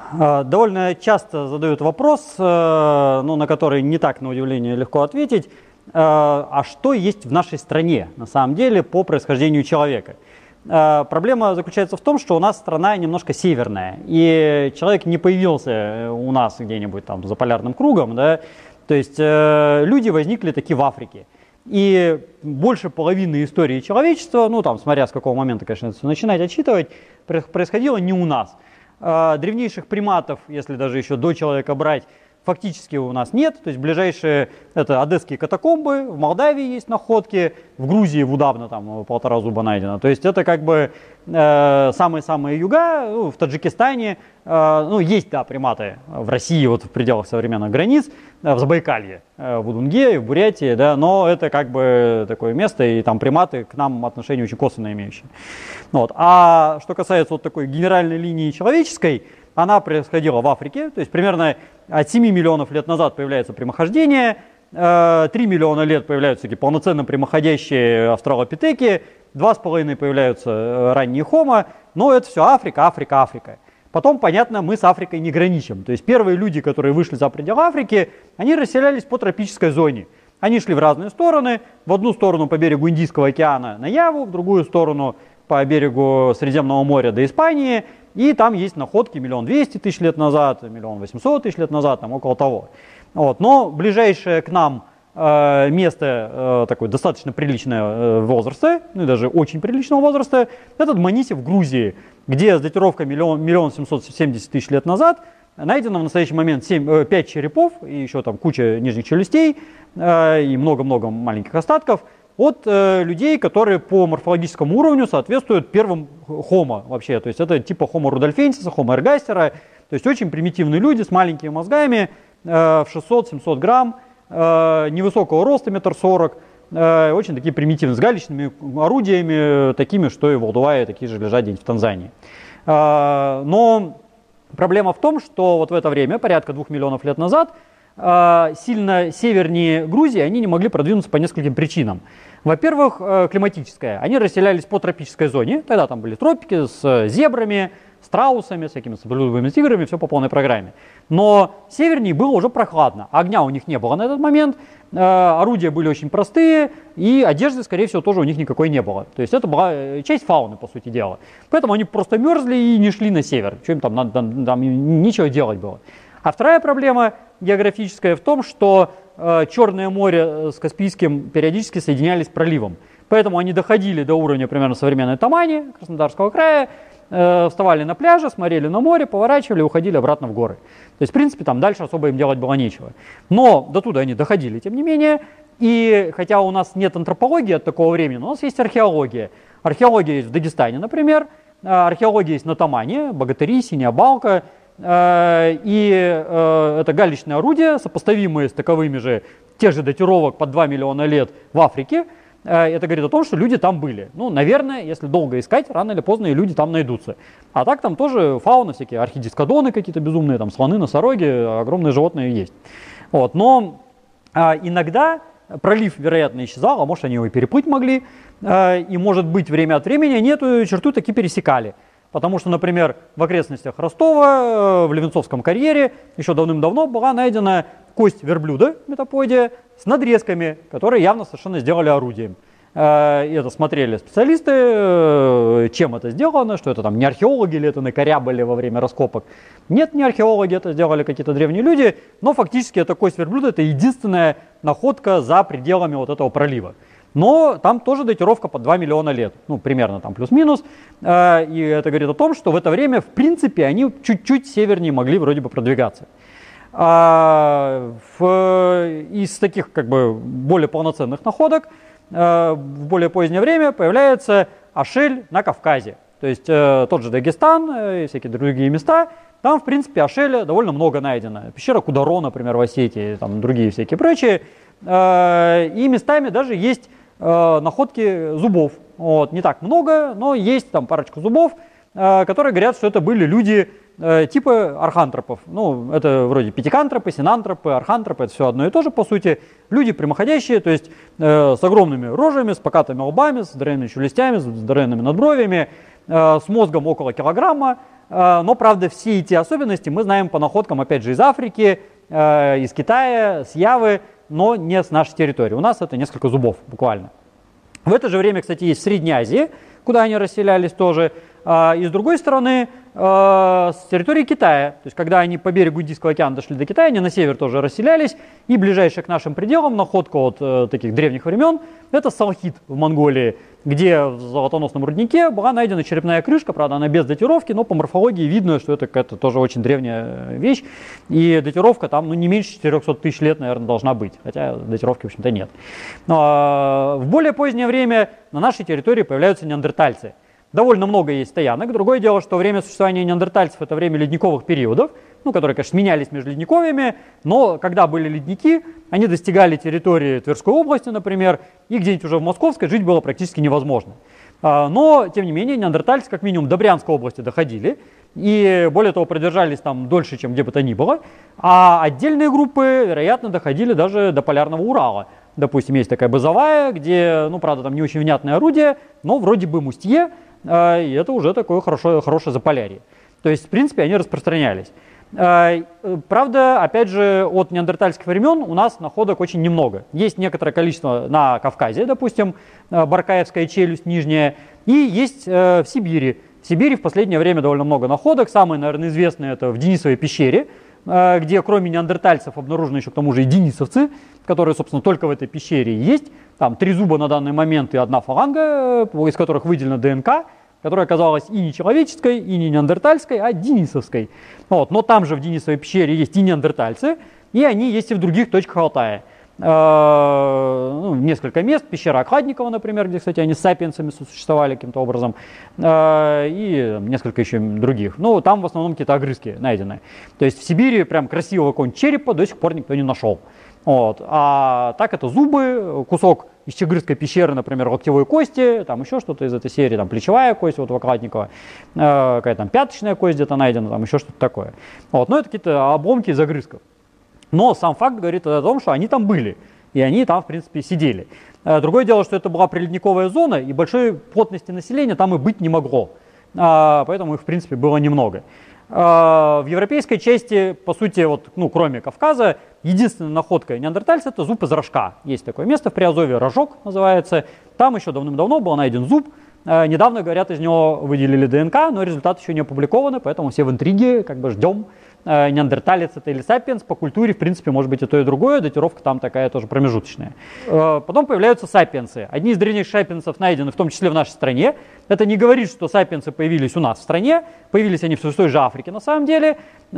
Довольно часто задают вопрос, на который не так, на удивление, легко ответить. А что есть в нашей стране, на самом деле, по происхождению человека? Проблема заключается в том, что у нас страна немножко северная, и человек не появился у нас где-нибудь там за полярным кругом, да? То есть люди возникли таки в Африке. И больше половины истории человечества, смотря с какого момента, конечно, это все начинать отсчитывать, происходило не у нас. Древнейших приматов, если даже еще до человека брать, фактически у нас нет. То есть ближайшие это одесские катакомбы, в Молдавии есть находки, в Грузии, в Удавно там 1,5 зуба найдено. То есть это как бы самые-самые юга, в Таджикистане, есть, да, приматы в России, вот в пределах современных границ, в Забайкалье, в Удунге, в Бурятии, да, но это как бы такое место, и там приматы к нам отношение очень косвенно имеющие. Вот. А что касается вот такой генеральной линии человеческой, она происходила в Африке, то есть примерно от 7 миллионов лет назад появляется прямохождение, 3 миллиона лет появляются такие полноценно прямоходящие австралопитеки, 2,5 появляются ранние хомо, но это все Африка, Африка, Африка. Потом, понятно, мы с Африкой не граничим. То есть первые люди, которые вышли за пределы Африки, они расселялись по тропической зоне. Они шли в разные стороны. В одну сторону по берегу Индийского океана на Яву, в другую сторону по берегу Средиземного моря до Испании. И там есть находки 1 200 000 лет назад, 1 800 000 лет назад, там около того. Вот. Но ближайшее к нам место такое достаточно приличного возраста, и даже очень приличного возраста, это Дманиси в Грузии, где с датировкой 1 770 000 лет назад найдено в настоящий момент 5 черепов и еще там куча нижних челюстей и много-много маленьких остатков от людей, которые по морфологическому уровню соответствуют первым хомо вообще. То есть это типа хомо рудольфенсиса, хомо эргастера, то есть очень примитивные люди с маленькими мозгами в 600-700 грамм, невысокого роста, 1,40 м, очень такие примитивные, с галечными орудиями, такими, что и в Олдувае, такие же лежат где-нибудь в Танзании. Но проблема в том, что вот в это время, порядка 2 миллионов лет назад, сильно севернее Грузии они не могли продвинуться по нескольким причинам. Во-первых, климатическая. Они расселялись по тропической зоне, тогда там были тропики с зебрами, страусами, всякими саблезубыми тиграми, все по полной программе. Но севернее было уже прохладно, огня у них не было на этот момент, орудия были очень простые, и одежды, скорее всего, тоже у них никакой не было. То есть это была часть фауны, по сути дела. Поэтому они просто мерзли и не шли на север, что им там надо, там нечего делать было. А вторая проблема географическая в том, что Черное море с Каспийским периодически соединялись проливом. Поэтому они доходили до уровня примерно современной Тамани, Краснодарского края, вставали на пляже, смотрели на море, поворачивали и уходили обратно в горы. То есть, в принципе, там дальше особо им делать было нечего. Но до туда они доходили, тем не менее. И хотя у нас нет антропологии от такого времени, но у нас есть археология. Археология есть в Дагестане, например. Археология есть на Тамане, богатыри, синяя балка. И это галечные орудия, сопоставимые с таковыми же тех же датировок под 2 миллиона лет в Африке. Это говорит о том, что люди там были. Наверное, если долго искать, рано или поздно и люди там найдутся. А так там тоже фауна, всякие архидискодоны какие-то безумные, там слоны, носороги, огромные животные есть. Вот. Но иногда пролив, вероятно, исчезал, а может они его и переплыть могли. И может быть время от времени они эту черту таки пересекали. Потому что, например, в окрестностях Ростова, в Левенцовском карьере еще давным-давно была найдена кость верблюда, метаподия, с надрезками, которые явно совершенно сделали орудием. И это смотрели специалисты, чем это сделано, что это там не археологи или это накорябали во время раскопок. Нет, не археологи, это сделали какие-то древние люди, но фактически эта кость верблюда это единственная находка за пределами вот этого пролива. Но там тоже датировка под 2 миллиона лет, примерно там плюс-минус. И это говорит о том, что в это время, в принципе, они чуть-чуть севернее могли вроде бы продвигаться. Из таких как бы более полноценных находок в более позднее время появляется Ашель на Кавказе. То есть тот же Дагестан и всякие другие места. Там, в принципе, Ашеля довольно много найдено. Пещера Кударо, например, в Осетии, там другие всякие прочие. И местами даже есть находки зубов. Вот. Не так много, но есть там парочку зубов, которые говорят, что это были люди типа архантропов. Это вроде пятикантропы, синантропы, архантропы, это все одно и то же, по сути. Люди прямоходящие, то есть с огромными рожами, с покатыми лбами, с здоровенными челюстями, с здоровенными надбровьями, с мозгом около килограмма, но, правда, все эти особенности мы знаем по находкам, опять же, из Африки, из Китая, с Явы, но не с нашей территории. У нас это несколько зубов буквально. В это же время, кстати, есть в Средней Азии, куда они расселялись тоже. И с другой стороны, с территории Китая, то есть когда они по берегу Индийского океана дошли до Китая, они на север тоже расселялись, и ближайшая к нашим пределам находка от таких древних времен, это Салхит в Монголии, где в золотоносном руднике была найдена черепная крышка, правда она без датировки, но по морфологии видно, что это какая-то тоже очень древняя вещь, и датировка там не меньше 400 тысяч лет, наверное, должна быть, хотя датировки, в общем-то, нет. Но в более позднее время на нашей территории появляются неандертальцы. Довольно много есть стоянок. Другое дело, что время существования неандертальцев – это время ледниковых периодов, которые, конечно, сменялись между ледниковьями, но когда были ледники, они достигали территории Тверской области, например, и где-нибудь уже в Московской жить было практически невозможно. Но, тем не менее, неандертальцы как минимум до Брянской области доходили, и более того, продержались там дольше, чем где бы то ни было, а отдельные группы, вероятно, доходили даже до полярного Урала. Допустим, есть такая Базовая, где, правда, там не очень внятное орудие, но вроде бы Мустье, и это уже такое хорошее заполярье. То есть, в принципе, они распространялись. Правда, опять же, от неандертальских времен у нас находок очень немного. Есть некоторое количество на Кавказе, допустим, Баркаевская челюсть нижняя, и есть в Сибири. В Сибири в последнее время довольно много находок. Самые, наверное, известные это в Денисовой пещере, где кроме неандертальцев обнаружены еще к тому же и денисовцы, которые, собственно, только в этой пещере есть. Там 3 зуба на данный момент и 1 фаланга, из которых выделена ДНК, которая оказалась и не человеческой, и не неандертальской, а денисовской. Но там же в Денисовой пещере есть и неандертальцы, и они есть и в других точках Алтая. Несколько мест, пещера Окладникова, например, где, кстати, они с сапиенсами существовали каким-то образом, и несколько еще других. Там в основном какие-то огрызки найдены. То есть в Сибири прям красивого какого-нибудь черепа до сих пор никто не нашел. А так это зубы, кусок из Чегрызской пещеры, например, локтевой кости, там еще что-то из этой серии, там плечевая кость в Окладникова, какая-то там пяточная кость где-то найдена, там еще что-то такое. Но это какие-то обломки из огрызков. Но сам факт говорит о том, что они там были, и они там, в принципе, сидели. Другое дело, что это была приледниковая зона, и большой плотности населения там и быть не могло. Поэтому их, в принципе, было немного. В европейской части, по сути, кроме Кавказа, единственная находка неандертальца – это зуб из рожка. Есть такое место в Приазовье, Рожок называется. Там еще давным-давно был найден зуб. Недавно, говорят, из него выделили ДНК, но результат еще не опубликованы, поэтому все в интриге, ждем. Неандерталец это или сапиенс, по культуре, в принципе, может быть и то, и другое, датировка там такая тоже промежуточная. Потом появляются сапиенсы. Одни из древнейших сапиенсов найдены в том числе в нашей стране. Это не говорит, что сапиенсы появились у нас в стране, появились они в той же Африке на самом деле,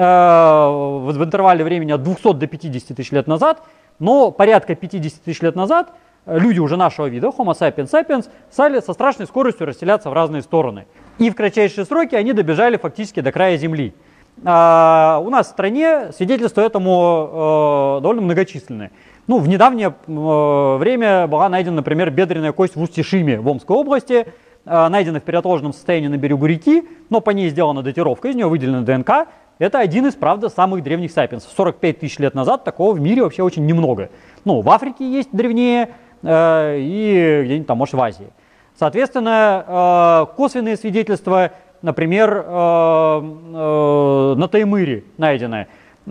в интервале времени от 200 до 50 тысяч лет назад, но порядка 50 тысяч лет назад люди уже нашего вида, Homo sapiens sapiens, стали со страшной скоростью расселяться в разные стороны. И в кратчайшие сроки они добежали фактически до края Земли. У нас в стране свидетельства этому довольно многочисленные. В недавнее время была найдена, например, бедренная кость в Усть-Ишиме в Омской области, найдена в переотложенном состоянии на берегу реки, но по ней сделана датировка, из нее выделена ДНК. Это один из, правда, самых древних сапиенсов. 45 тысяч лет назад такого в мире вообще очень немного. В Африке есть древнее и где-нибудь там, может, в Азии. Соответственно, косвенные свидетельства, например, на Таймыре найдено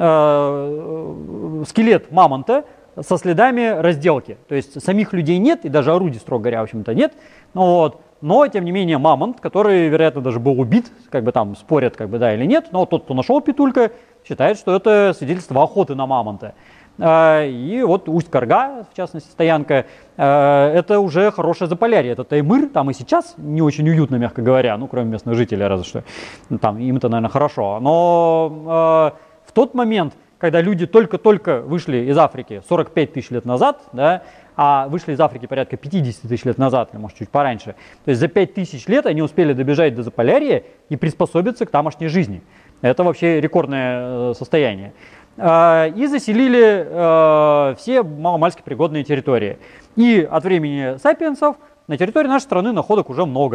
скелет мамонта со следами разделки. То есть самих людей нет, и даже орудий, строго говоря, в общем-то нет. Но, тем не менее, мамонт, который, вероятно, даже был убит, там спорят, да или нет, но тот, кто нашел Петулька, считает, что это свидетельство охоты на мамонта. И Усть-Карга, в частности, стоянка, это уже хорошее заполярье. Это Таймыр, там и сейчас не очень уютно, мягко говоря, кроме местных жителей, разве что. Там им-то, наверное, хорошо. Но в тот момент, когда люди только-только вышли из Африки 45 тысяч лет назад, а вышли из Африки порядка 50 тысяч лет назад, или, может, чуть пораньше, то есть за 5 тысяч лет они успели добежать до Заполярья и приспособиться к тамошней жизни. Это вообще рекордное состояние. И заселили все маломальски пригодные территории. И от времени сапиенсов на территории нашей страны находок уже много.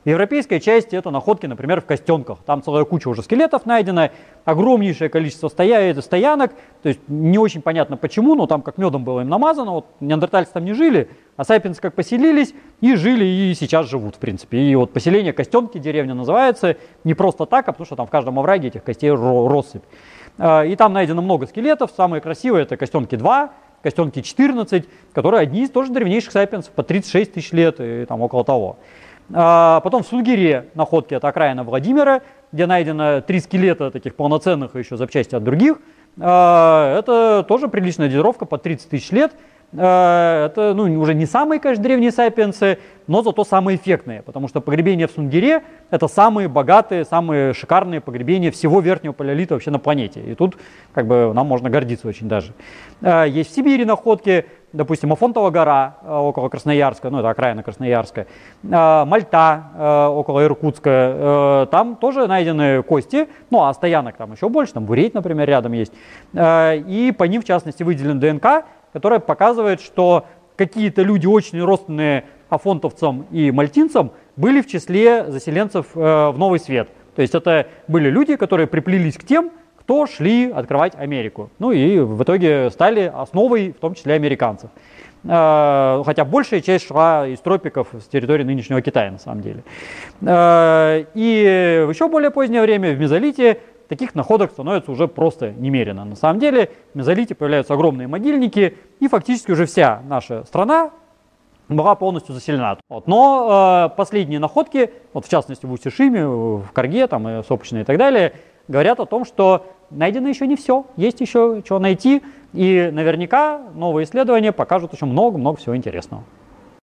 Европейская часть — это находки, например, в Костенках. Там целая куча уже скелетов найдена, огромнейшее количество стоянок. То есть не очень понятно почему, но там как медом было им намазано. Вот неандертальцы там не жили, а сапиенсы как поселились и жили, и сейчас живут, в принципе. И вот поселение Костенки, деревня называется, не просто так, а потому что там в каждом овраге этих костей россыпь. И там найдено много скелетов. Самые красивые — это Костенки-2, Костенки-14, которые одни из тоже древнейших сапиенсов, по 36 тысяч лет и там около того. Потом в Сунгире находки — это окраина Владимира, где найдено 3 скелета таких полноценных и еще запчасти от других. Это тоже приличная датировка, по 30 тысяч лет. Это уже не самые, конечно, древние сапиенсы, но зато самые эффектные, потому что погребения в Сунгире — это самые богатые, самые шикарные погребения всего верхнего палеолита вообще на планете. И тут как бы нам можно гордиться очень даже. Есть в Сибири находки, допустим, Афонтова гора около Красноярска, это окраина Красноярска, Мальта около Иркутска, там тоже найдены кости, а стоянок там еще больше, там Бурейт, например, рядом есть. И по ним, в частности, выделен ДНК, которая показывает, что какие-то люди, очень родственные афонтовцам и мальтинцам, были в числе заселенцев в Новый Свет. То есть это были люди, которые приплелись к тем, кто шли открывать Америку. И в итоге стали основой, в том числе, американцев. Хотя большая часть шла из тропиков, с территории нынешнего Китая, на самом деле. И в еще более позднее время, в мезолите, таких находок становится уже просто немерено. На самом деле в мезолите появляются огромные могильники, и фактически уже вся наша страна была полностью заселена. Но последние находки, в частности в Усть-Ишиме, в Карге, там, Сопочной и так далее, говорят о том, что найдено еще не все, есть еще что найти, и наверняка новые исследования покажут еще много-много всего интересного.